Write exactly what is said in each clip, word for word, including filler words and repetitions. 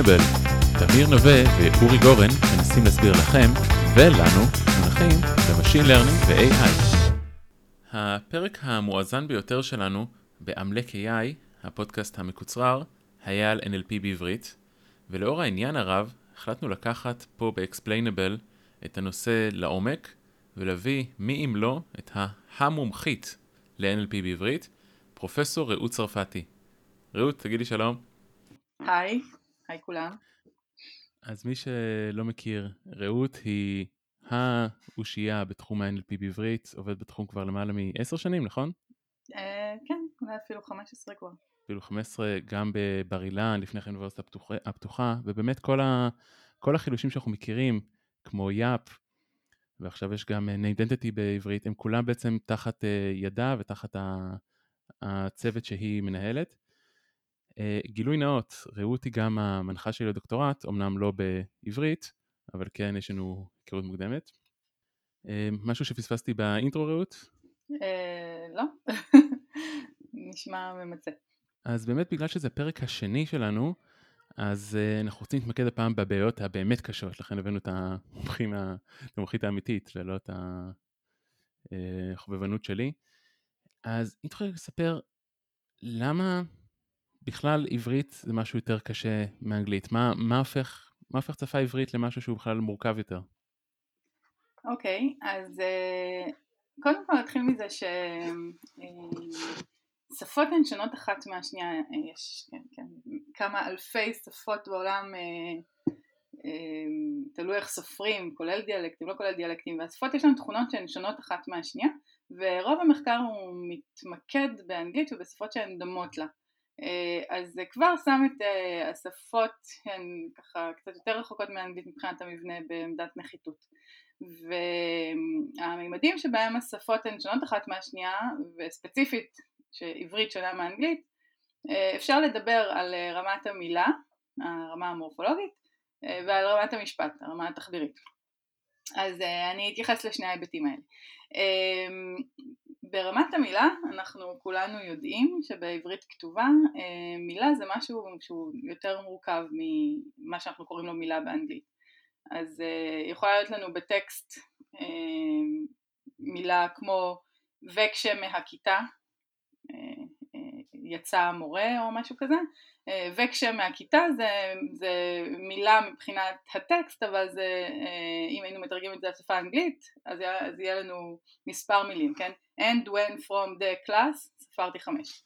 Explainable. תמיר נווה ואורי גורן מנסים להסביר לכם ולנו מונחים ב-Machine Learning ו-איי איי. הפרק המואזן ביותר שלנו בעמלק איי איי, הפודקאסט המקוצרר, היה על אן אל פי בעברית, ולאור העניין הרב החלטנו לקחת פה ב-Explainable את הנושא לעומק ולהביא מי אם לא את המומחית ל-אן אל פי בעברית, פרופסור רעות צרפתי. רעות, תגידי שלום. היי, היי כולם. אז מי שלא מכיר, רעות היא האושייה בתחום ה-אן אל פי בעברית, עובד בתחום כבר למעלה מ-עשר שנים, נכון? אה, כן, אולי אפילו חמש עשרה כבר. אפילו חמש עשרה, גם בבר אילן, לפני כן באוניברסיטה הפתוחה, הפתוחה, ובאמת כל, ה, כל החילושים שאנחנו מכירים, כמו יאפ, ועכשיו יש גם name identity בעברית, הם כולם בעצם תחת ידה ותחת הצוות שהיא מנהלת. גילוי נאות, רעות היא גם המנחה שלי לדוקטורט, אמנם לא בעברית, אבל כן יש לנו היכרות מוקדמת. משהו שפספסתי באינטרו, רעות? אה, לא, נשמע ממצא. אז באמת בגלל שזה הפרק השני שלנו, אז uh, אנחנו רוצים להתמקד הפעם בבעיות הבאמת קשות, לכן הבאנו את המומחים, המומחית האמיתית, ולא את החובבנות שלי. אז אם תוכל לספר, למה בכלל עברית זה משהו יותר קשה מאנגלית? מה, מה הופך, מה הופך שפה עברית למשהו שהוא בכלל מורכב יותר? אוקיי, אז uh, קודם כל נתחיל מזה ששפות הן שונות אחת מהשנייה, יש כן, כן, כמה אלפי שפות בעולם, uh, uh, תלוי איך סופרים, כולל דיאלקטים, לא כולל דיאלקטים, והשפות יש להן תכונות שהן שונות אחת מהשנייה, ורוב המחקר הוא מתמקד באנגלית ובשפות שהן דומות לה. אז זה כבר שם את השפות הן ככה קצת יותר רחוקות מאנגלית מבחינת המבנה בעמדת נחיתות, והמימדים שבהם השפות הן שונות אחת מהשנייה וספציפית שעברית שונה מאנגלית, אפשר לדבר על רמת המילה, הרמה המורפולוגית, ועל רמת המשפט, הרמה התחבירית. אז אני אתייחס לשני ההיבטים האלה. ברמת המילה אנחנו כולנו יודעים שבעברית כתובה מילה זה משהו שהוא יותר מורכב ממה שאנחנו קוראים לו מילה באנגלית. אז יכולה להיות לנו בטקסט מילה כמו וכשמהכיתה יצא המורה או משהו כזה, וכשמהכיתה זה, זה מילה מבחינת הטקסט, אבל זה, אם היינו מתרגמים את זה לשפה האנגלית, אז אז יהיה לנו מספר מילים, כן? And when from the class, ספרתי חמש.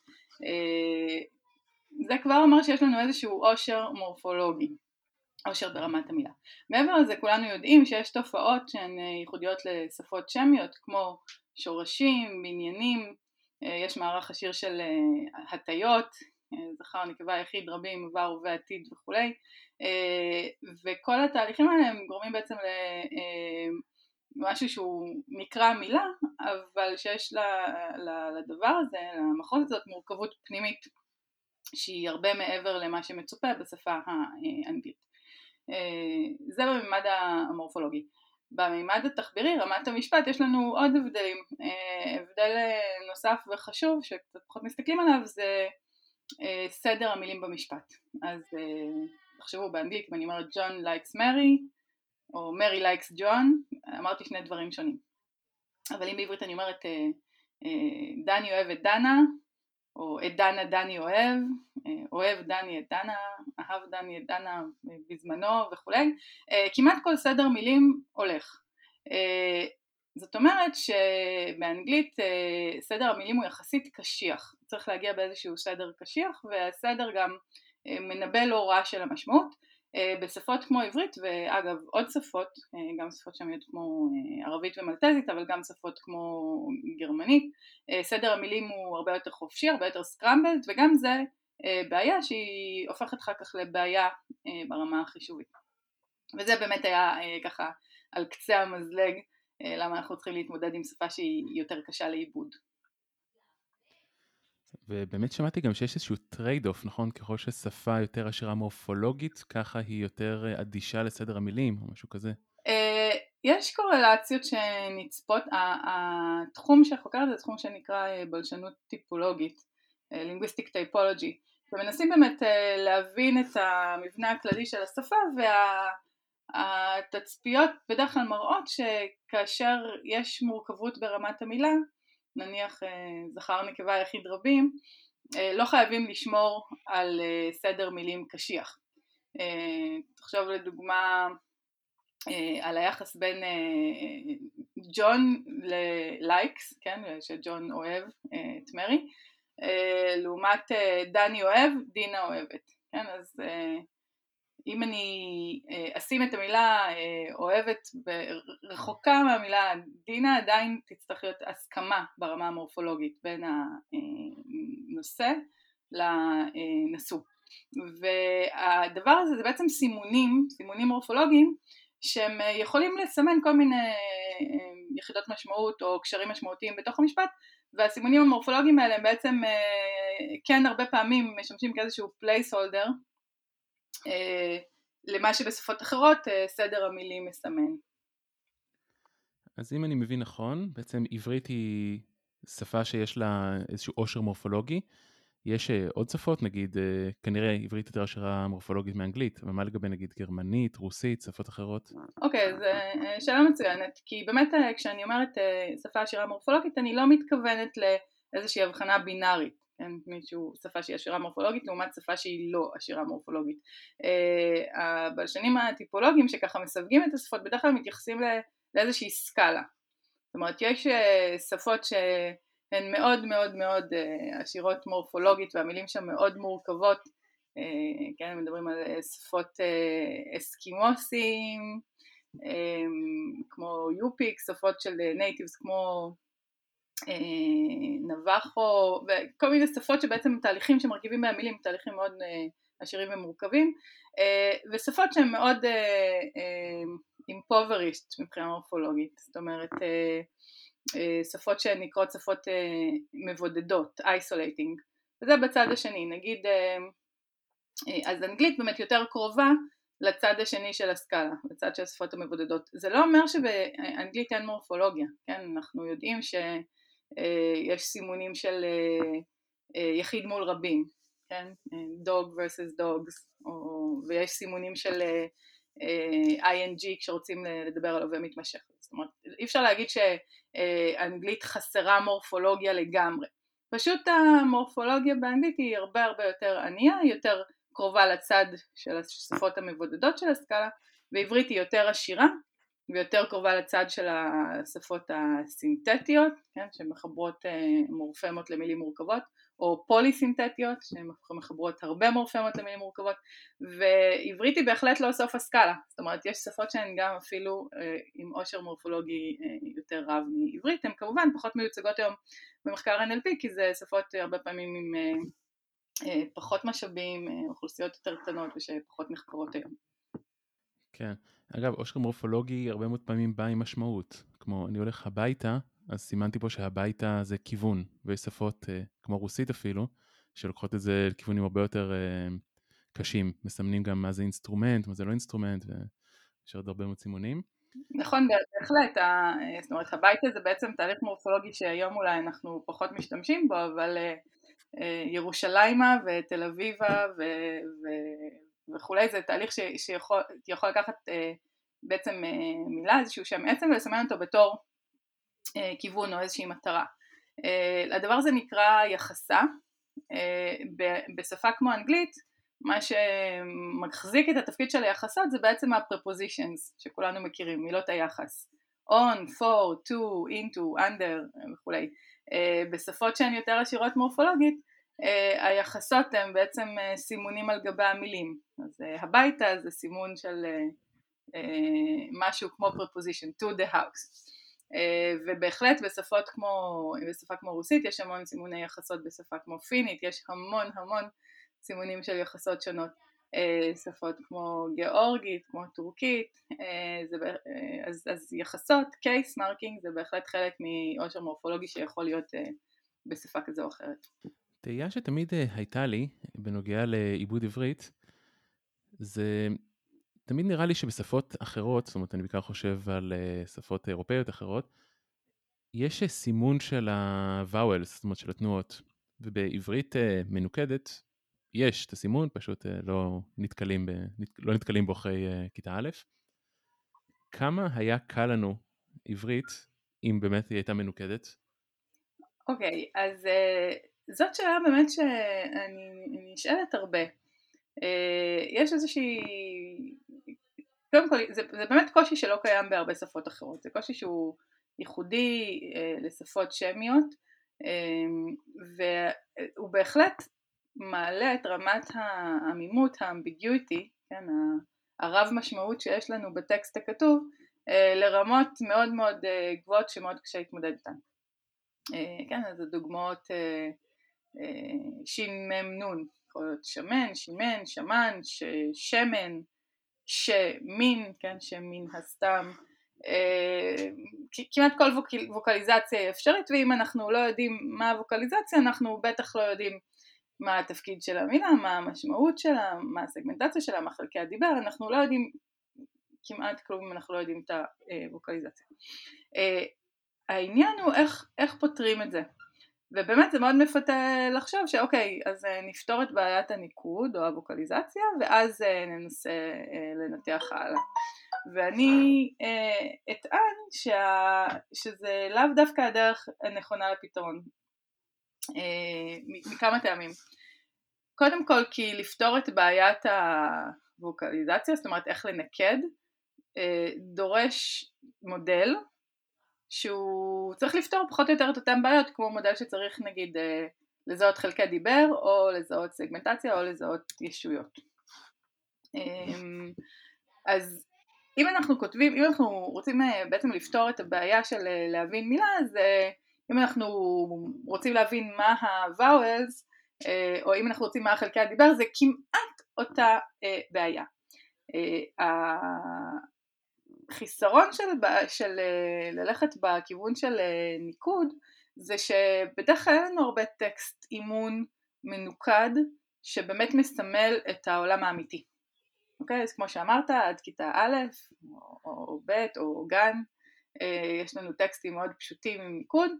זה כבר אומר שיש לנו איזשהו עושר מורפולוגי, עושר ברמת המילה. מעבר לזה כולנו יודעים שיש תופעות שהן ייחודיות לשפות שמיות, כמו שורשים, בניינים, יש מערך עשיר של הטיות, זכר, נקבה, יחיד, רבים, עבר ובעתיד וכולי, וכל התהליכים האלה הם גורמים בעצם למשהו שהוא נקרא מילה, אבל שיש לדבר הזה, למחוז הזאת, מורכבות פנימית שהיא הרבה מעבר למה שמצופה בשפה האנגלית. זה בממד המורפולוגי. במימד התחבירי, רמת המשפט, יש לנו עוד הבדלים. הבדל נוסף וחשוב שקצת פחות מסתכלים עליו זה סדר המילים במשפט. אז תחשבו באנגלית, אם אני אומרת John likes Mary או Mary likes John, אמרתי שני דברים שונים. אבל אם בעברית אני אומרת דני אוהב את דנה, או את דנה דני אוהב, אוהב דני את דנה, אהב דני את דנה בזמנו וכולי, כמעט כל סדר מילים הולך. זאת אומרת שבאנגלית סדר המילים הוא יחסית קשיח, צריך להגיע באיזשהו סדר קשיח, והסדר גם מנבא לא רע של המשמעות. בשפות כמו עברית, ואגב עוד שפות, גם שפות שמיות כמו ערבית ומלטזית, אבל גם שפות כמו גרמנית, סדר המילים הוא הרבה יותר חופשי, הרבה יותר סקרמבלד, וגם זה בעיה שהיא הופכת אחר כך לבעיה ברמה החישובית. וזה באמת היה ככה על קצה המזלג, למה אנחנו צריכים להתמודד עם שפה שהיא יותר קשה לעיבוד. ובאמת שמעתי גם שיש איזשהו טרייד אוף, נכון? ככל ששפה יותר עשירה מורפולוגית, ככה היא יותר אדישה לסדר המילים, או משהו כזה. יש קורלציות שנצפות, התחום שחוקרת זה תחום שנקרא בלשנות טיפולוגית, linguistic typology, ומנסים באמת להבין את המבנה הכללי של השפה, והתצפיות בדרך כלל מראות שכאשר יש מורכבות ברמת המילה, נניח זכר נקבה יחיד רבים, לא חייבים לשמור על סדר מילים קשיח. תחשוב לדוגמה על היחס בין ג'ון ללייקס, כן, שג'ון אוהב את מרי, לעומת דני אוהב, דינה אוהבת, כן, אז אם אני אשים את המילה אוהבת רחוקה מהמילה דינה, עדיין תצטרך להיות הסכמה ברמה המורפולוגית בין הנושא לנשוא. והדבר הזה זה בעצם סימונים, סימונים מורפולוגיים, שהם יכולים לסמן כל מיני יחידות משמעות או קשרים משמעותיים בתוך המשפט, והסימונים המורפולוגיים האלה הם בעצם כן הרבה פעמים משמשים כאיזשהו placeholder למה שבשפות אחרות סדר המילים מסמן. אז אם אני מבין נכון, בעצם עברית היא שפה שיש לה איזשהו עושר מורפולוגי, יש עוד שפות, נגיד, כנראה עברית יותר עשירה מורפולוגית מאנגלית, אבל מה לגבי נגיד גרמנית, רוסית, שפות אחרות? אוקיי, זו שאלה מצוינת, כי באמת כשאני אומרת שפה עשירה מורפולוגית, אני לא מתכוונת לאיזושהי הבחנה בינארית, כן? מישהו שפה שהיא עשירה מורפולוגית, לעומת שפה שהיא לא עשירה מורפולוגית. הבלשנים הטיפולוגיים שככה מסווגים את השפות, בדרך כלל מתייחסים לאיזושהי סקאלה. זאת אומרת, יש שפות ש... הן מאוד מאוד מאוד עשירות מורפולוגית, והמילים שם מאוד מורכבות, כן, מדברים על שפות אסקימוסים, כמו יופיק, שפות של נייטיבס כמו נבחו, וכל מיני שפות שבעצם תהליכים שמרכיבים בהם תהליכים מאוד עשירים ומורכבים, ושפות שהן מאוד impoverished מבחינה מורפולוגית, זאת אומרת, שפות שנקראות שפות מבודדות, isolating, וזה בצד השני, נגיד, אז אנגלית באמת יותר קרובה לצד השני של הסקאלה, לצד של השפות המבודדות. זה לא אומר שבאנגלית אין מורפולוגיה, כן, אנחנו יודעים שיש סימונים של יחיד מול רבים, כן, dog versus dogs, ויש סימונים של איי אן ג'י כשרוצים לדבר על הווה מתמשך. זאת אומרת, אי אפשר להגיד שאנגלית חסרה מורפולוגיה לגמרי. פשוט המורפולוגיה באנגלית היא הרבה הרבה יותר ענייה, יותר קרובה לצד של השפות המבודדות של הסקאלה, ועברית היא יותר עשירה, ויותר קרובה לצד של השפות הסינתטיות, כן, שמחברות מורפמות למילים מורכבות, או פוליסינתטיות, שמחברות הרבה מורפמות למילים מורכבות, ועברית היא בהחלט לא סוף הסקאלה, זאת אומרת, יש שפות שהן גם אפילו עם עושר מורפולוגי יותר רב מעברית, הן כמובן פחות מיוצגות היום במחקר אן אל פי, כי זה שפות הרבה פעמים עם פחות משאבים, אוכלוסיות יותר קטנות ושפחות נחקרות היום. כן, אגב, עושר מורפולוגי הרבה מאוד פעמים בא עם משמעות, כמו אני הולך הביתה, אז סימנתי פה שהביתה זה כיוון, ויש שפות כמו רוסית אפילו, שלוקחות את זה לכיוונים הרבה יותר קשים, מסמנים גם מה זה אינסטרומנט, מה זה לא אינסטרומנט, ויש עוד הרבה מאוד סימונים. נכון, בהחלט, זאת אומרת, הביתה זה בעצם תהליך מורפולוגי שהיום אולי אנחנו פחות משתמשים בו, אבל ירושלימה ותל אביבה ו... וכולי, זה תהליך ש... שיכול יכול לקחת בעצם מילה, איזשהו שם עצם, ולסמן אותו בתור כיוון או איזושהי מטרה. הדבר הזה נקרא יחסה, בשפה כמו אנגלית, מה שמחזיק את התפקיד של היחסות זה בעצם ה-prepositions שכולנו מכירים, מילות היחס, on, for, to, into, under וכולי. בשפות שהן יותר עשירות מורפולוגית, היחסות הן בעצם סימונים על גבי המילים, אז הביתה זה סימון של משהו כמו preposition, to the house. ובהחלט בשפות כמו, בשפה כמו רוסית יש המון סימוני יחסות, בשפה כמו פינית יש המון המון סימונים של יחסות שונות, שפות כמו גיאורגית, כמו טורקית, זה, אז, אז יחסות, case marking זה בהחלט חלק מעושר מורפולוגי שיכול להיות בשפה כזו או אחרת. תהייה שתמיד הייתה לי בנוגע לעיבוד עברית, זה תמיד נראה לי שבשפות אחרות, זאת אומרת אני בעיקר חושב על שפות אירופאיות אחרות, יש סימון של ה-vowels, זאת אומרת של התנועות, ובעברית מנוקדת יש את הסימון, פשוט לא נתקלים, ב, לא נתקלים בו אחרי כיתה א'. כמה היה קל לנו עברית, אם באמת היא הייתה מנוקדת? אוקיי, okay, אז uh, זאת שאלה באמת שאני נשאלת הרבה. Uh, יש איזושהי, קודם כל זה, זה באמת קושי שלא קיים בהרבה שפות אחרות, זה קושי שהוא ייחודי uh, לשפות שמיות, uh, והוא בהחלט מעלה את רמת העמימות, האמביגיוטי, כן, הרב משמעות שיש לנו בטקסט הכתוב, uh, לרמות מאוד מאוד uh, גבוהות שמאוד קשה להתמודד איתן. כן, אז הדוגמאות שין מם נון, יכול להיות שמן, שימן, שמן, שמן, שמין, כן, שמין הסתם, כמעט כל ווקליזציה היא אפשרית, ואם אנחנו לא יודעים מה הווקליזציה, אנחנו בטח לא יודעים מה התפקיד של המילה, מה המשמעות שלה, מה הסגמנטציה שלה, מה חלקי הדיבר, אנחנו לא יודעים כמעט כלום אם אנחנו לא יודעים את הווקליזציה. העניין הוא איך, איך פותרים את זה, ובאמת זה מאוד מפתה לחשוב שאוקיי, אז נפתור את בעיית הניקוד או הווקליזציה ואז ננסה לנתח הלאה. ואני אטען שה, שזה לאו דווקא הדרך הנכונה לפתרון, מכמה טעמים. קודם כל כי לפתור את בעיית הווקליזציה, זאת אומרת איך לנקד, דורש מודל שהוא צריך לפתור פחות או יותר את אותם בעיות, כמו מודל שצריך נגיד לזהות חלקי דיבר, או לזהות סגמנטציה, או לזהות ישויות. אז אם אנחנו כותבים, אם אנחנו רוצים בעצם לפתור את הבעיה של להבין מילה, אז אם אנחנו רוצים להבין מה ה-vowels, או אם אנחנו רוצים מה חלקי הדיבר, זה כמעט אותה בעיה. חיסרון של, של ללכת בכיוון של ניקוד זה שבדרך כלל אין לנו הרבה טקסט אימון מנוקד שבאמת מסמל את העולם האמיתי. אוקיי? אז כמו שאמרת, עד כיתה א' או, או ב' או גן, יש לנו טקסטים מאוד פשוטים עם ניקוד,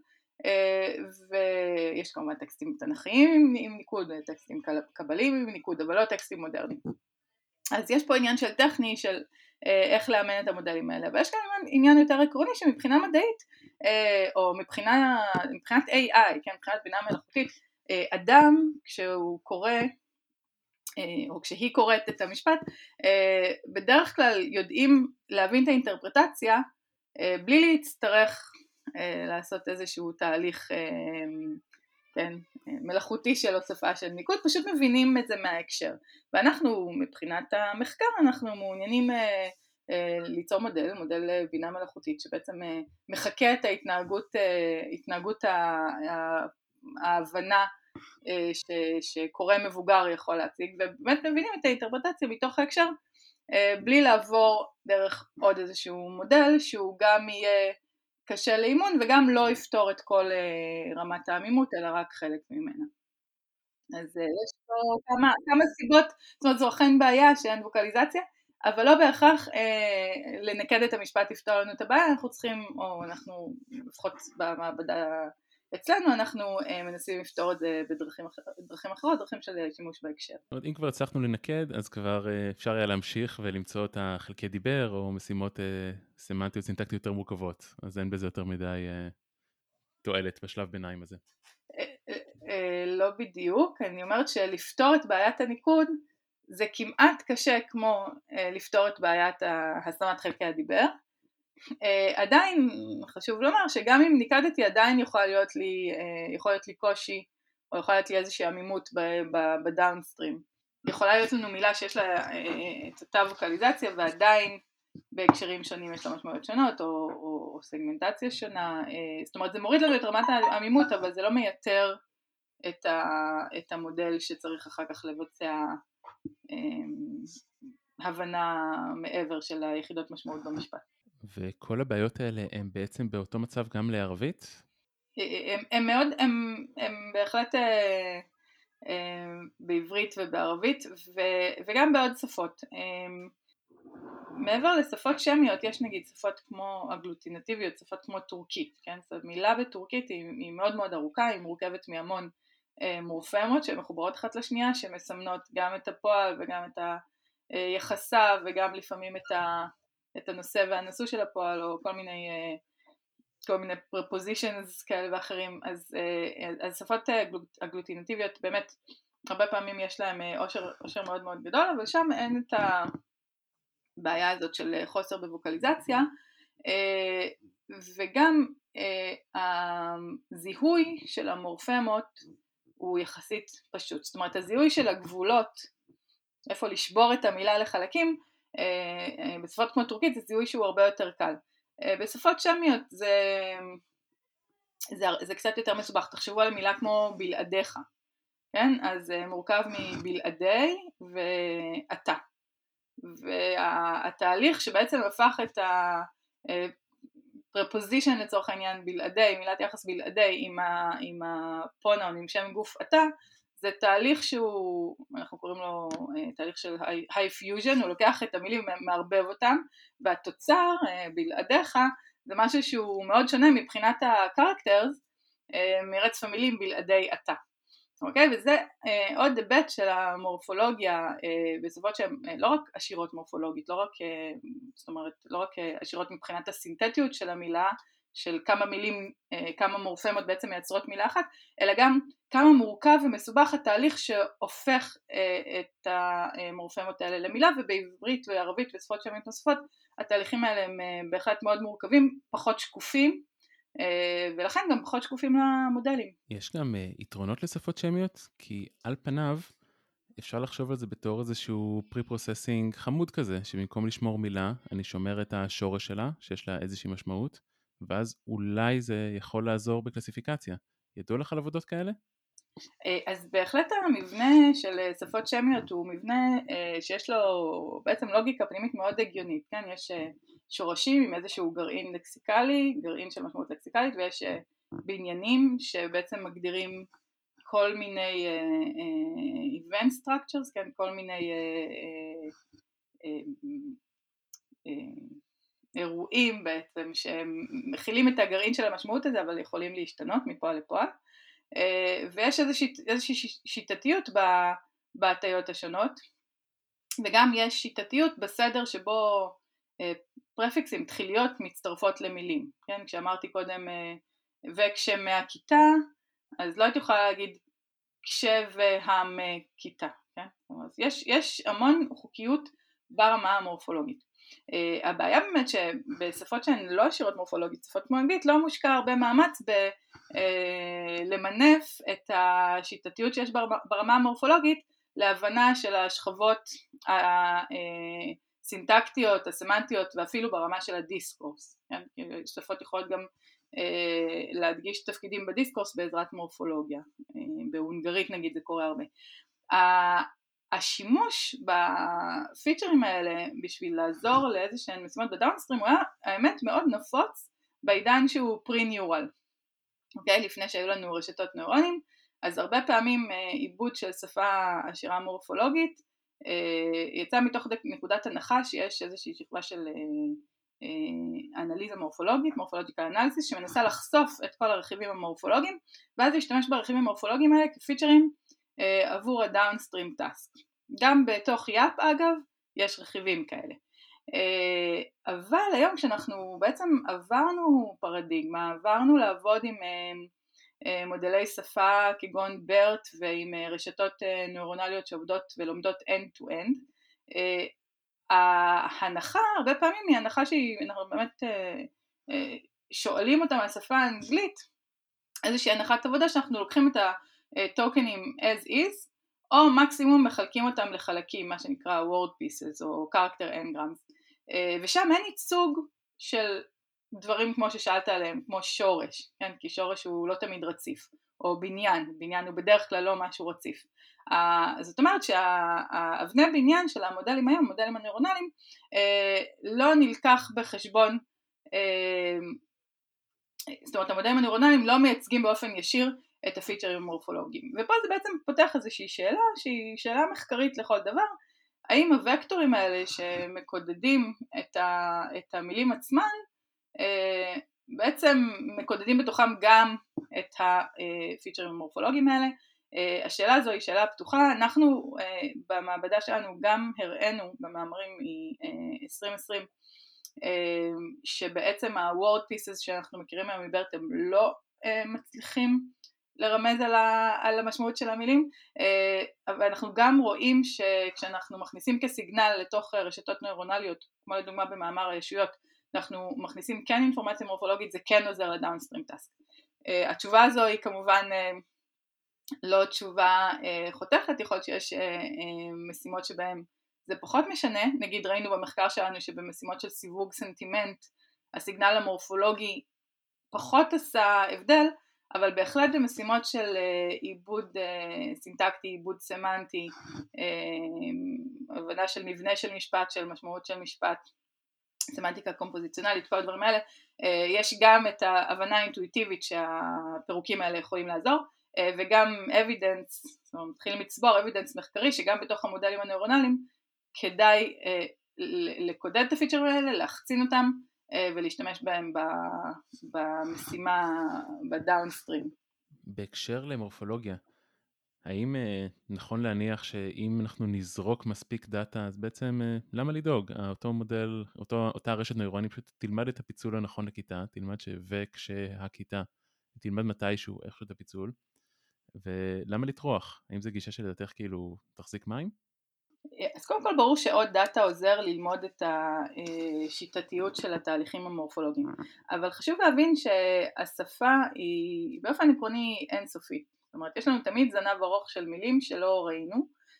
ויש כמובן טקסטים תנ"כיים עם, עם ניקוד, טקסטים קבליים עם ניקוד, אבל לא טקסטים מודרניים. אז יש פה עניין של טכני של איך לאמן את המודלים האלה, ויש כאן עניין יותר עקרוני שמבחינה מדעית, או מבחינה, מבחינת איי איי, כן, מבחינת בינה מלאכותית, אדם כשהוא קורא, או כשהיא קוראת את המשפט, בדרך כלל יודעים להבין את האינטרפרטציה, בלי להצטרך לעשות איזשהו תהליך, כן, מלאכותי של הוספה של ניקוד, פשוט מבינים את זה מההקשר. ואנחנו מבחינת המחקר אנחנו מעוניינים אה, אה, ליצור מודל, מודל בינה מלאכותית שבעצם אה, מחקה את ההתנהגות, אה, התנהגות ההבנה אה, ש, שקורא מבוגר יכול להציג, ובאמת מבינים את האינטרפרטציה מתוך ההקשר, אה, בלי לעבור דרך עוד איזשהו מודל שהוא גם יהיה קשה לאימון וגם לא יפתור את כל רמת העמימות אלא רק חלק ממנה. אז יש פה כמה, כמה סיבות, זאת אומרת זו אכן בעיה שאין ווקליזציה, אבל לא בהכרח אה, לנקד את המשפט יפתור לנו את הבעיה, אנחנו צריכים, או אנחנו לפחות במעבדה אצלנו, אנחנו אה, מנסים לפתור את זה בדרכים, בדרכים אחרות, דרכים של שימוש בהקשר. זאת אומרת, אם כבר הצלחנו לנקד, אז כבר אה, אפשר היה להמשיך ולמצוא את החלקי דיבר, או משימות אה, סמנטיות, סינטקטיות יותר מורכבות, אז אין בזה יותר מדי אה, תועלת בשלב ביניים הזה. לא בדיוק, אני אומרת שלפתור את בעיית הניקוד זה כמעט קשה כמו לפתור את בעיית השמת חלקי הדיבר. עדיין חשוב לומר שגם אם ניקדתי עדיין יכול להיות לי, יכול להיות לי קושי או יכול להיות לי איזושהי עמימות בדאונסטרים. יכולה להיות לנו מילה שיש לה את אותה ווקליזציה ועדיין בהקשרים שונים יש לה משמעויות שונות או, או, או סגמנטציה שונה, זאת אומרת זה מוריד לנו את רמת העמימות אבל זה לא מייתר את, ה, את המודל שצריך אחר כך לבצע הבנה מעבר של היחידות משמעות במשפט. וכל הבעיות האלה הם בעצם באותו מצב גם לערבית? הם, הם מאוד, הם, הם בהחלט בעברית ובערבית ו, וגם בעוד שפות. מעבר לשפות שמיות יש נגיד שפות כמו אגלוטינטיביות, שפות כמו טורקית, כן? זאת מילה בטורקית היא, היא מאוד מאוד ארוכה, היא מורכבת מהמון מורפמות שמחוברות אחת לשנייה, שמסמנות גם את הפועל וגם את היחסיו וגם לפעמים את, ה, את הנושא והנשוא של הפועל, או כל מיני, כל מיני prepositions כאלה ואחרים. אז, אז שפות אגלוטינטיביות באמת הרבה פעמים יש להם עושר, עושר מאוד מאוד גדול, אבל שם אין את הבעיה הזאת של חוסר בווקליזציה, וגם הזיהוי של המורפמות הוא יחסית פשוט. זאת אומרת, הזיהוי של הגבולות, איפה לשבור את המילה לחלקים, בשפות כמו טורקית זה זיהוי שהוא הרבה יותר קל. בשפות שמיות זה, זה, זה קצת יותר מסובך. תחשבו על מילה כמו בלעדיך, כן? אז זה מורכב מבלעדי ואתה. והתהליך שבעצם הפך את ה... preposition לצורך העניין בלעדי, מילת יחס בלעדי עם, ה, עם הפרונאון, עם שם גוף אתה, זה תהליך שהוא, אנחנו קוראים לו תהליך של high fusion, הוא לוקח את המילים ומערבב אותם, והתוצר בלעדיך זה משהו שהוא מאוד שונה מבחינת ה-characters מרצף המילים בלעדי אתה. אוקיי? וזה אה, עוד היבט של המורפולוגיה אה, בשפות שהן אה, לא רק עשירות מורפולוגית, לא רק, אה, זאת אומרת, לא רק אה, עשירות מבחינת הסינתטיות של המילה, של כמה מילים, אה, כמה מורפמות בעצם מייצרות מילה אחת, אלא גם כמה מורכב ומסובך התהליך שהופך אה, את המורפמות האלה למילה, ובעברית וערבית ושפות שמיות נוספות, התהליכים האלה הם אה, בהחלט מאוד מורכבים, פחות שקופים, ולכן גם פחות שקופים למודלים. יש גם יתרונות לשפות שמיות, כי על פניו אפשר לחשוב על זה בתור איזשהו פרי-פרוססינג חמוד כזה, שבמקום לשמור מילה, אני שומר את השורש שלה, שיש לה איזושהי משמעות, ואז אולי זה יכול לעזור בקלסיפיקציה. ידעו לך על עבודות כאלה? אז בהחלט המבנה של שפות שמיות הוא מבנה שיש לו בעצם לוגיקה פנימית מאוד הגיונית, כן? יש שורשים עם איזשהו גרעין לקסיקלי, גרעין של משמעות לקסיקלית, ויש בניינים שבעצם מגדירים כל מיני uh, event structures, כן? כל מיני uh, uh, uh, אירועים בעצם שמכילים את הגרעין של המשמעות הזה, אבל יכולים להשתנות מפועל לפועל. ויש איזושהי, איזושהי שיטתיות בהטיות השונות, וגם יש שיטתיות בסדר שבו פרפיקסים, תחיליות, מצטרפות למילים, כן? כשאמרתי קודם וכשמהכיתה, אז לא הייתי יכולה להגיד כשהמכיתה, כן? אז יש, יש המון חוקיות ברמה המורפולוגית. Uh, הבעיה באמת שבשפות שהן לא עשירות מורפולוגית, שפות כמו אנגלית, לא מושקע הרבה מאמץ בלמנף uh, את השיטתיות שיש ברמה המורפולוגית להבנה של השכבות הסינטקטיות, הסמנטיות ואפילו ברמה של הדיסקורס, כן? שפות יכולות גם uh, להדגיש תפקידים בדיסקורס בעזרת מורפולוגיה, uh, בהונגרית נגיד זה קורה הרבה. Uh, השימוש בפיצ'רים האלה בשביל לעזור לאיזה שהן משימות בדאונסטרים הוא היה האמת מאוד נפוץ בעידן שהוא פרי-ניורל, אוקיי? לפני שהיו לנו רשתות נוירונים, אז הרבה פעמים עיבוד של שפה עשירה מורפולוגית יצא מתוך נקודת הנחה שיש איזושהי שכבה של אנליזה מורפולוגית, מורפולוג'יקל אנליסיס, שמנסה לחשוף את כל הרכיבים המורפולוגיים, ואז להשתמש ברכיבים המורפולוגיים האלה כפיצ'רים עבור הדאונסטרים טאסק. גם בתוך יאפ אגב יש רכיבים כאלה. אבל היום כשאנחנו בעצם עברנו פרדיגמה, עברנו לעבוד עם מודלי שפה כגון ברט ועם רשתות נוירונליות שעובדות ולומדות end to end, ההנחה הרבה פעמים היא הנחה שאנחנו באמת שואלים אותה מהשפה האנגלית, איזושהי הנחת עבודה שאנחנו לוקחים את ה טוקנים as is, או מקסימום מחלקים אותם לחלקים, מה שנקרא word pieces או character engrams, ושם אין ייצוג של דברים כמו ששאלת עליהם, כמו שורש, כן? כי שורש הוא לא תמיד רציף, או בניין, בניין הוא בדרך כלל לא משהו רציף. זאת אומרת שהאבני בניין של המודלים היום, המודלים הנוירונליים, לא נלקח בחשבון, זאת אומרת המודלים הנוירונליים לא מייצגים באופן ישיר את הפיצ'רים המורפולוגיים. ופה זה בעצם פותח איזושהי שאלה, שהיא שאלה מחקרית לכל דבר, האם הוקטורים האלה שמקודדים את, ה, את המילים עצמן, בעצם מקודדים בתוכם גם את הפיצ'רים המורפולוגיים האלה, השאלה הזו היא שאלה פתוחה, אנחנו במעבדה שלנו גם הראינו במאמרים עשרים עשרים שבעצם ה-word pieces שאנחנו מכירים היום מברט הם לא מצליחים לרמז על, ה, על המשמעות של המילים, אבל אנחנו גם רואים שכשאנחנו מכניסים כסיגנל לתוך רשתות נוירונליות, כמו לדוגמה במאמר הישויות, אנחנו מכניסים כן אינפורמציה מורפולוגית, זה כן עוזר לדאונסטרים טאסק. התשובה הזו היא כמובן לא תשובה חותכת, יכול להיות שיש משימות שבהן זה פחות משנה, נגיד ראינו במחקר שלנו שבמשימות של סיווג סנטימנט, הסיגנל המורפולוגי פחות עשה הבדל, אבל בהחלט במשימות של עיבוד סינטקטי, עיבוד סמנטי, הבנה של מבנה של משפט, של משמעות של משפט, סמנטיקה קומפוזיציונלית, כל הדברים האלה, יש גם את ההבנה האינטואיטיבית שהפירוקים האלה יכולים לעזור, וגם evidence, זאת אומרת, מתחילים לצבור evidence מחקרי, שגם בתוך המודלים הנוירונליים, כדאי לקודד את הפיצ'רים האלה, להחצין אותם, ולהשתמש בהם במשימה בדאונסטרים. בהקשר למורפולוגיה, האם נכון להניח שאם אנחנו נזרוק מספיק דאטה, אז בעצם למה לדאוג? אותו מודל, אותו, אותה רשת נוירונית פשוט תלמד את הפיצול הנכון לכיתה, תלמד וכשהכיתה תלמד מתישהו איך את הפיצול, ולמה לטרוח? האם זה גישה שלדעתך כאילו תחזיק מים? אז קודם כל ברור שעוד דאטה עוזר ללמוד את השיטתיות של התהליכים המורפולוגיים, אבל חשוב להבין שהשפה היא באופן עקרוני אינסופית, זאת אומרת יש לנו תמיד זנב ארוך של מילים שלא ראינו,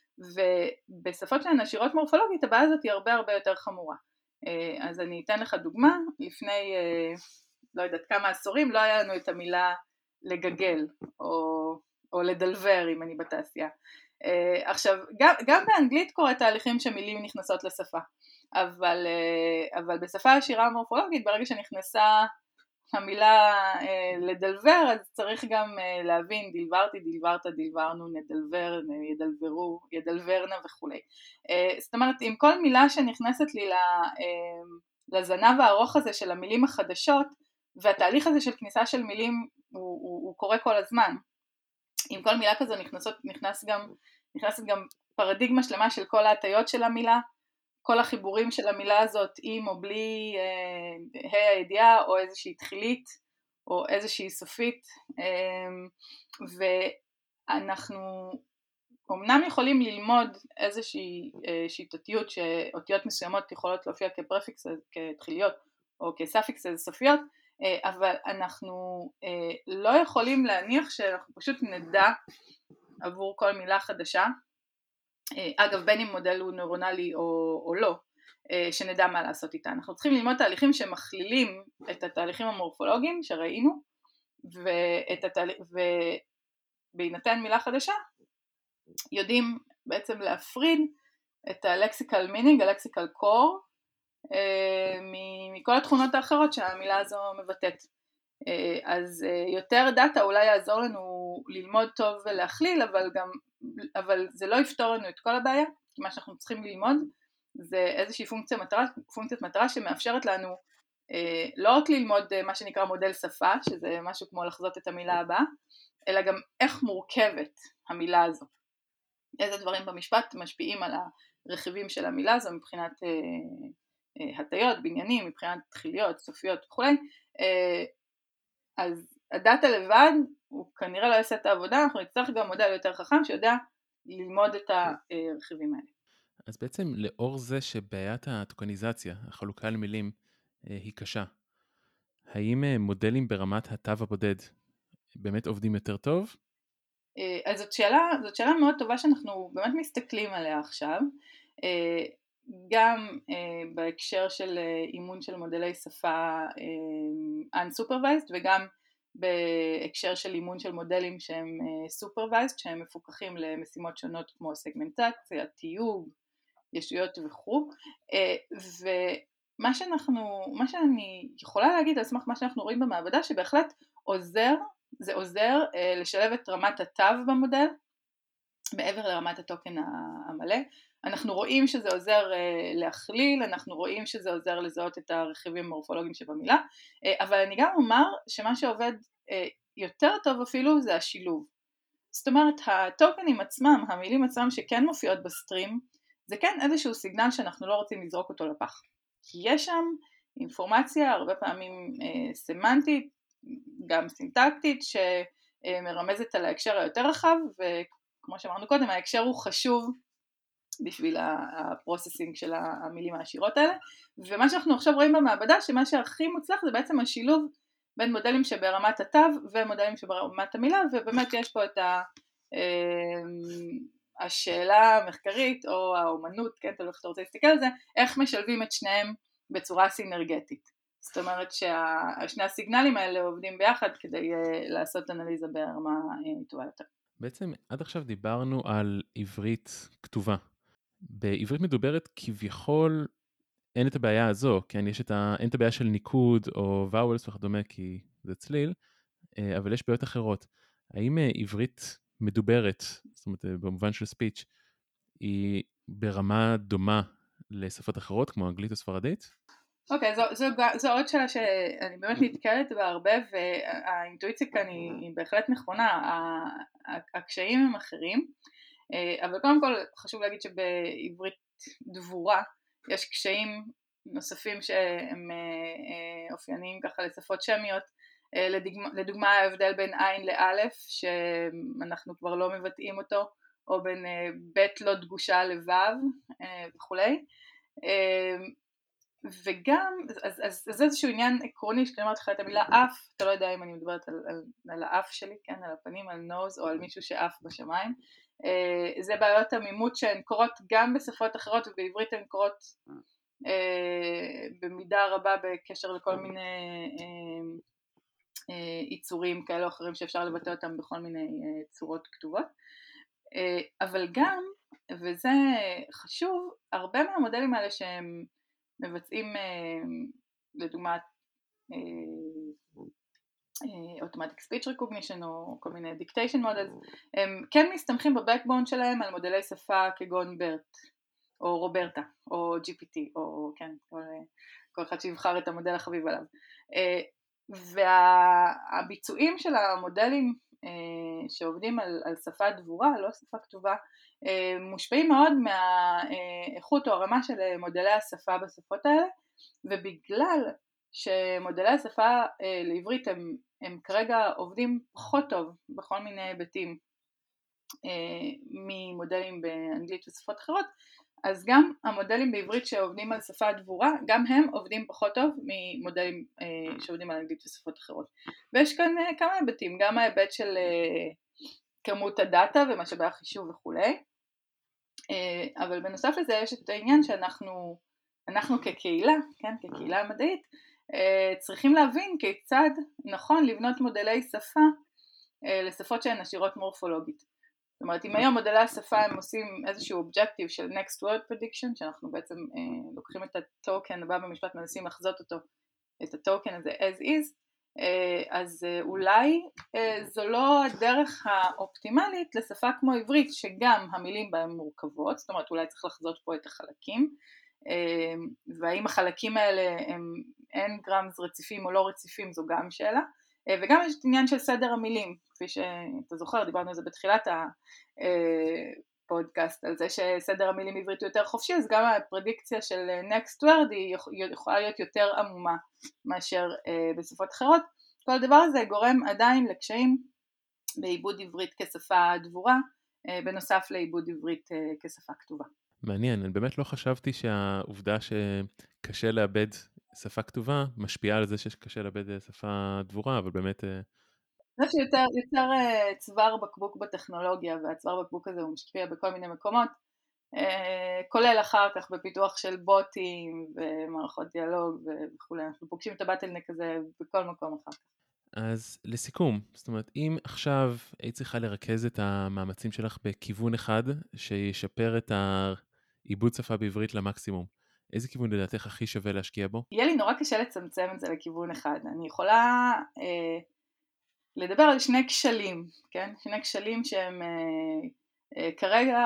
ובשפות שהן עשירות מורפולוגית הבעיה הזאת היא הרבה הרבה יותר חמורה. אז אני אתן לך דוגמה, לפני לא יודעת כמה עשורים לא היה לנו את המילה לגגל או, או לדלבר אם אני בתעשייה. Uh, עכשיו, גם, גם באנגלית קורה תהליכים שמילים נכנסות לשפה, אבל, uh, אבל בשפה עשירה מורפולוגית, ברגע שנכנסה המילה uh, לדלבר, אז צריך גם uh, להבין, דלברתי, דלברת, דלברנו, נדלבר, ידלברו, ידלברנה וכו'. Uh, זאת אומרת, עם כל מילה שנכנסת לי uh, לזנב הארוך הזה של המילים החדשות, והתהליך הזה של כניסה של מילים הוא, הוא, הוא קורה כל הזמן. עם כל מילה כזו נכנסות, נכנס גם, נכנסת גם פרדיגמה שלמה של כל ההטיות של המילה, כל החיבורים של המילה הזאת עם או בלי ה' אה, הידיעה או איזושהי תחילית או איזושהי סופית, אה, ואנחנו אמנם יכולים ללמוד איזושהי אה, שיטתיות שאותיות מסוימות יכולות להופיע כפרפיקס, כתחיליות או כספיקס סופיות, אבל אנחנו לא יכולים להניח שאנחנו פשוט נדע עבור כל מילה חדשה, אגב בין אם מודל הוא נוירונלי או, או לא, שנדע מה לעשות איתה. אנחנו צריכים ללמוד תהליכים שמכלילים את התהליכים המורפולוגיים שראינו, ואת התהליך, ובהינתן מילה חדשה יודעים בעצם להפריד את ה-lexical meaning, ה-lexical core, מכל התכונות האחרות שהמילה הזו מבטאת. אז יותר דאטה אולי יעזור לנו ללמוד טוב ולהכליל, אבל גם, אבל זה לא יפתור לנו את כל הבעיה, כי מה שאנחנו צריכים ללמוד זה איזושהי פונקציה מטרה, פונקציית מטרה שמאפשרת לנו לא רק ללמוד מה שנקרא מודל שפה, שזה משהו כמו לחזות את המילה הבאה, אלא גם איך מורכבת המילה הזו. איזה דברים במשפט משפיעים על הרכיבים של המילה הזו מבחינת הטיות, בניינים, מבחינת תחיליות, סופיות וכו'. אז הדאטה לבד הוא כנראה לא יעשה את העבודה, אנחנו נצטרך גם מודל יותר חכם שיודע ללמוד את הרכיבים האלה. אז בעצם לאור זה שבעיית הטוקניזציה, החלוקה למילים, היא קשה, האם מודלים ברמת התו הבודד באמת עובדים יותר טוב? אז זאת שאלה, זאת שאלה מאוד טובה שאנחנו באמת מסתכלים עליה עכשיו, גם uh, בהקשר של uh, אימון של מודלי שפה uh, unsupervised, וגם בהקשר של אימון של מודלים שהם uh, supervised, שהם מפוקחים למשימות שונות כמו סגמנטציה, תיוג, ישויות וכו'. Uh, ומה שאנחנו, מה שאני יכולה להגיד על סמך מה שאנחנו רואים במעבדה, שבהחלט עוזר, זה עוזר uh, לשלב את רמת התו במודל, מעבר לרמת הטוקן המלא. אנחנו רואים שזה עוזר להכליל, אנחנו רואים שזה עוזר לזהות את הרכיבים המורפולוגיים שבמילה, אבל אני גם אומר שמה שעובד יותר טוב אפילו זה השילוב. זאת אומרת, הטוקנים עצמם, המילים עצמם שכן מופיעות בסטרים, זה כן איזשהו סיגנל שאנחנו לא רוצים לזרוק אותו לפח. כי יש שם אינפורמציה, הרבה פעמים אה, סמנטית, גם סינטקטית, שמרמזת על ההקשר היותר רחב, וכמו שאמרנו קודם, ההקשר הוא חשוב בשביל הפרוססינג של המילים העשירות האלה, ומה שאנחנו עכשיו רואים במעבדה, שמה שהכי מוצלח זה בעצם השילוב בין מודלים שברמת התו ומודלים שברמת המילה, ובאמת יש פה את ה, השאלה המחקרית או האומנות, כן, תלוי איך אתה רוצה להסתכל על זה, איך משלבים את שניהם בצורה סינרגטית. זאת אומרת ששני הסיגנלים האלה עובדים ביחד כדי לעשות אנליזה ברמה טובה יותר. בעצם עד עכשיו דיברנו על עברית כתובה. בעברית מדוברת כביכול אין את הבעיה הזו, כן? יש את ה... אין את הבעיה של ניקוד או ואוולס וכדומה כי זה צליל, אבל יש בעיות אחרות. האם עברית מדוברת, זאת אומרת במובן של ספיץ', היא ברמה דומה לשפות אחרות כמו אנגלית או ספרדית? אוקיי, זו, זו, זו עוד שאלה שאני באמת נתקלת בה הרבה, והאינטואיציה כאן היא, היא בהחלט נכונה, הקשיים הם אחרים, אבל קודם כל חשוב להגיד שבעברית דבורה יש קשיים נוספים שהם אופייניים ככה לשפות שמיות, לדוגמה, לדוגמה ההבדל בין עין לאלף שאנחנו כבר לא מבטאים אותו, או בין בית לא דגושה לבב וכולי, וגם, אז, אז, אז זה איזשהו עניין עקרוני, כשאני אומרת לך את המילה אף, אתה לא יודע אם אני מדברת על, על, על האף שלי, כן, על הפנים, על נוז, או על מישהו שאף בשמיים, אה, זה בעיות עמימות שהן קורות גם בשפות אחרות, ובעברית הן קורות אה, במידה רבה בקשר לכל מיני אה, אה, ייצורים כאלה או אחרים שאפשר לבטא אותם בכל מיני אה, צורות כתובות, אה, אבל גם, וזה חשוב, הרבה מהמודלים האלה שהם מבצעים לדוגמה Automatic Speech Recognition או כל מיני Dictation Models, הם כן מסתמכים בבקבון שלהם על מודלי שפה כגון ברט או רוברטה או ג'י פי טי או כן, כל, כל אחד שיבחר את המודל החביב עליו. והביצועים של המודלים שעובדים על, על שפה דבורה, לא שפה כתובה, מושפעים מאוד מהאיכות או הרמה של מודלי השפה בשפות האלה, ובגלל שמודלי השפה לעברית הם, הם כרגע עובדים פחות טוב בכל מיני היבטים ממודלים באנגלית ושפות אחרות, אז גם המודלים בעברית שעובדים על שפה דבורה, גם הם עובדים פחות טוב ממודלים שעובדים על אנגלית ושפות אחרות. ויש כאן כמה היבטים, גם ההיבט של כמות הדאטה ומשאבי החישוב וכולי, אבל בנוסף לזה יש את העניין שאנחנו אנחנו כקהילה, כן, כקהילה מדעית, צריכים להבין כיצד נכון לבנות מודלי שפה לשפות שהן עשירות מורפולוגית. זאת אומרת, אם היום מודלי השפה הם עושים איזשהו אובג'קטיב של next word prediction, שאנחנו בעצם אה, לוקחים את הטוקן הבא במשפט, מנסים לחזות אותו, את הטוקן הזה as is, אה, אז אה, אולי אה, זו לא הדרך האופטימלית לשפה כמו עברית, שגם המילים בהם מורכבות, זאת אומרת, אולי צריך לחזות פה את החלקים, אה, והאם החלקים האלה הם n-grams רציפים או לא רציפים, זו גם שאלה. וגם יש את עניין של סדר המילים, כפי שאתה זוכר, דיברנו על זה בתחילת הפודקאסט, על זה שסדר המילים בעברית הוא יותר חופשי, אז גם הפרדיקציה של next word היא יכולה להיות יותר עמומה מאשר בשפות אחרות. כל הדבר הזה גורם עדיין לקשיים בעיבוד עברית כשפה דבורה, בנוסף לעיבוד עברית כשפה כתובה. מעניין, אני באמת לא חשבתי שהעובדה שקשה לאבד שפה כתובה משפיעה על זה שקשה לאבד שפה דבורה, אבל באמת... זה שיותר יותר צוואר בקבוק בטכנולוגיה, והצוואר בקבוק הזה הוא משפיע בכל מיני מקומות, כולל אחר כך בפיתוח של בוטים ומערכות דיאלוג וכו'. אנחנו פוגשים את הבטלנק הזה בכל מקום אחר כך. אז לסיכום, זאת אומרת, אם עכשיו היית צריכה לרכז את המאמצים שלך בכיוון אחד שישפר את העיבוד שפה בעברית למקסימום, איזה כיוון לדעתך הכי שווה להשקיע בו? יהיה לי נורא קשה לצמצם את זה לכיוון אחד. אני יכולה אה, לדבר על שני כשלים, כן? שני כשלים שהם אה, אה, כרגע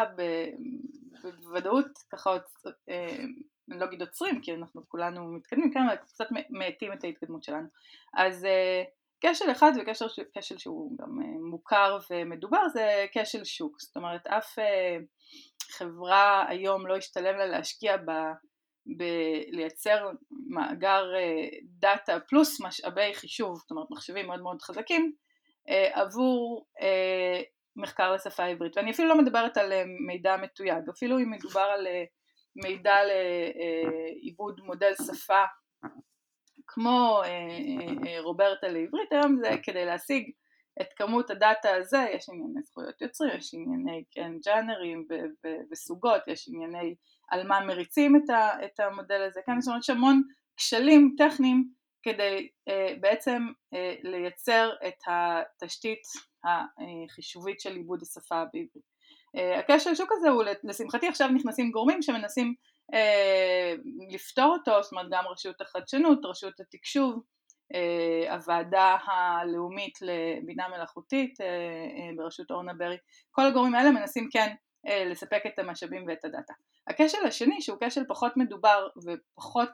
בוודאות ככה, אה, אני לא אגיד עוצרים, כי אנחנו כולנו מתקדמים, כן? קצת מאטים את ההתקדמות שלנו. אז אה, כשל אחד וכשל כשל שהוא גם מוכר ומדובר זה כשל שוק, זאת אומרת אף חברה היום לא השתלם לה להשקיע ב, בלייצר מאגר דאטה פלוס משאבי חישוב, זאת אומרת מחשבים מאוד מאוד חזקים עבור מחקר לשפה העברית, ואני אפילו לא מדברת על מידע מתויג, אפילו אם מדובר על מידע לעיבוד מודל שפה כמו רוברטה לעברית, היום זה כדי להשיג את כמות הדאטה הזה, יש ענייני זכויות יוצרים, יש ענייני כן, ג'אנרים ו- ו- וסוגות, יש ענייני על מה מריצים את, ה- את המודל הזה, כן, זאת אומרת יש המון כשלים טכניים כדי uh, בעצם uh, לייצר את התשתית החישובית של עיבוד השפה בעברית. Uh, הכשל שוק הזה הוא לשמחתי עכשיו נכנסים גורמים שמנסים uh, לפתור אותו, זאת אומרת גם רשות החדשנות, רשות התקשוב, הוועדה הלאומית לבינה מלאכותית בראשות אורנה ברי, כל הגורמים האלה מנסים כן לספק את המשאבים ואת הדאטה. הכשל השני שהוא כשל פחות מדובר ופחות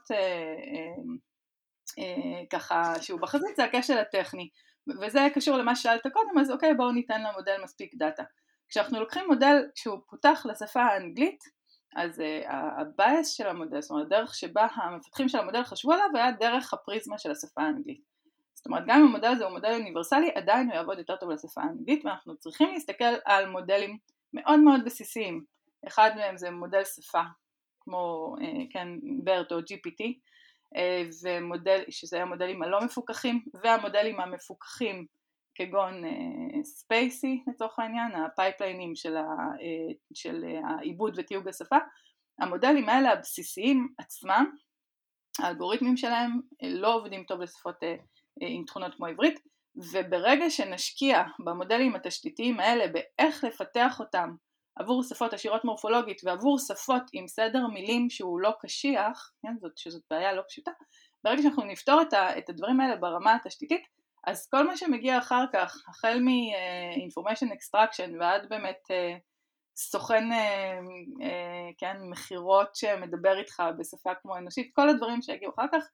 ככה שהוא בחזית זה הכשל הטכני, וזה קשור למה ששאלת קודם, אז אוקיי בואו ניתן למודל מספיק דאטה. כשאנחנו לוקחים מודל שהוא פותח לשפה האנגלית, אז uh, הבייס של המודל, זאת אומרת הדרך שבה המפתחים של המודל חשבו עליו היה דרך הפריזמה של השפה האנגלית. זאת אומרת גם אם המודל הזה הוא מודל אוניברסלי עדיין הוא יעבוד יותר טוב לשפה האנגלית, ואנחנו צריכים להסתכל על מודלים מאוד מאוד בסיסיים. אחד מהם זה מודל שפה כמו uh, כן, ברט או ג'י פי טי, uh, ומודל שזה המודלים הלא מפוקחים, והמודלים המפוקחים כגון ספייסי לצורך העניין, הפייפליינים של, ה, של העיבוד ותיוג השפה. המודלים האלה הבסיסיים עצמם, האלגוריתמים שלהם לא עובדים טוב לשפות עם תכונות כמו עברית, וברגע שנשקיע במודלים התשתיתיים האלה באיך לפתח אותם עבור שפות עשירות מורפולוגית ועבור שפות עם סדר מילים שהוא לא קשיח, כן, זאת, שזאת בעיה לא פשוטה, ברגע שאנחנו נפתור את, ה, את הדברים האלה ברמה התשתיתית, אז כל מה שמגיע אחר כך, החל מ-information extraction ועד באמת סוכן, כן, מחירות שמדבר איתך בשפה כמו אנושית, כל הדברים שיגיעו אחר כך,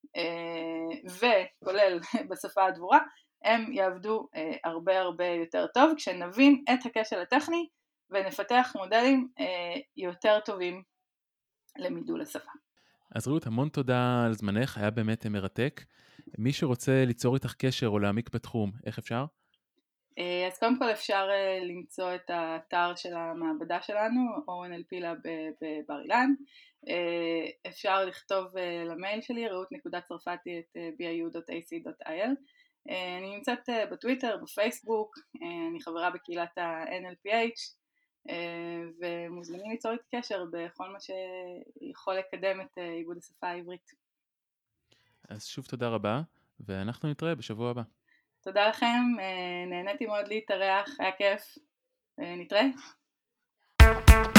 וכולל בשפה הדבורה, הם יעבדו הרבה הרבה יותר טוב, כשנבין את הכשל הטכני ונפתח מודלים יותר טובים למידול השפה. אז רעות, המון תודה על זמנך, היה באמת מרתק. מי שרוצה ליצור איתך קשר או להעמיק בתחום, איך אפשר? אז קודם כל אפשר למצוא את האתר של המעבדה שלנו, או אן אל פי לב בבר אילן. אפשר לכתוב למייל שלי, רעות נקודה צרפתי את בי איי יו דוט איי סי דוט איי אל. אני נמצאת בטוויטר, בפייסבוק, אני חברה בקהילת ה-אן אל פי אייץ', ומוזמנים ליצור איתי קשר בכל מה שיכול לקדם את עיבוד השפה העברית. אז שוב תודה רבה, ואנחנו נתראה בשבוע הבא. תודה לכם, נהניתי מאוד להתארח, היה כיף, נתראה.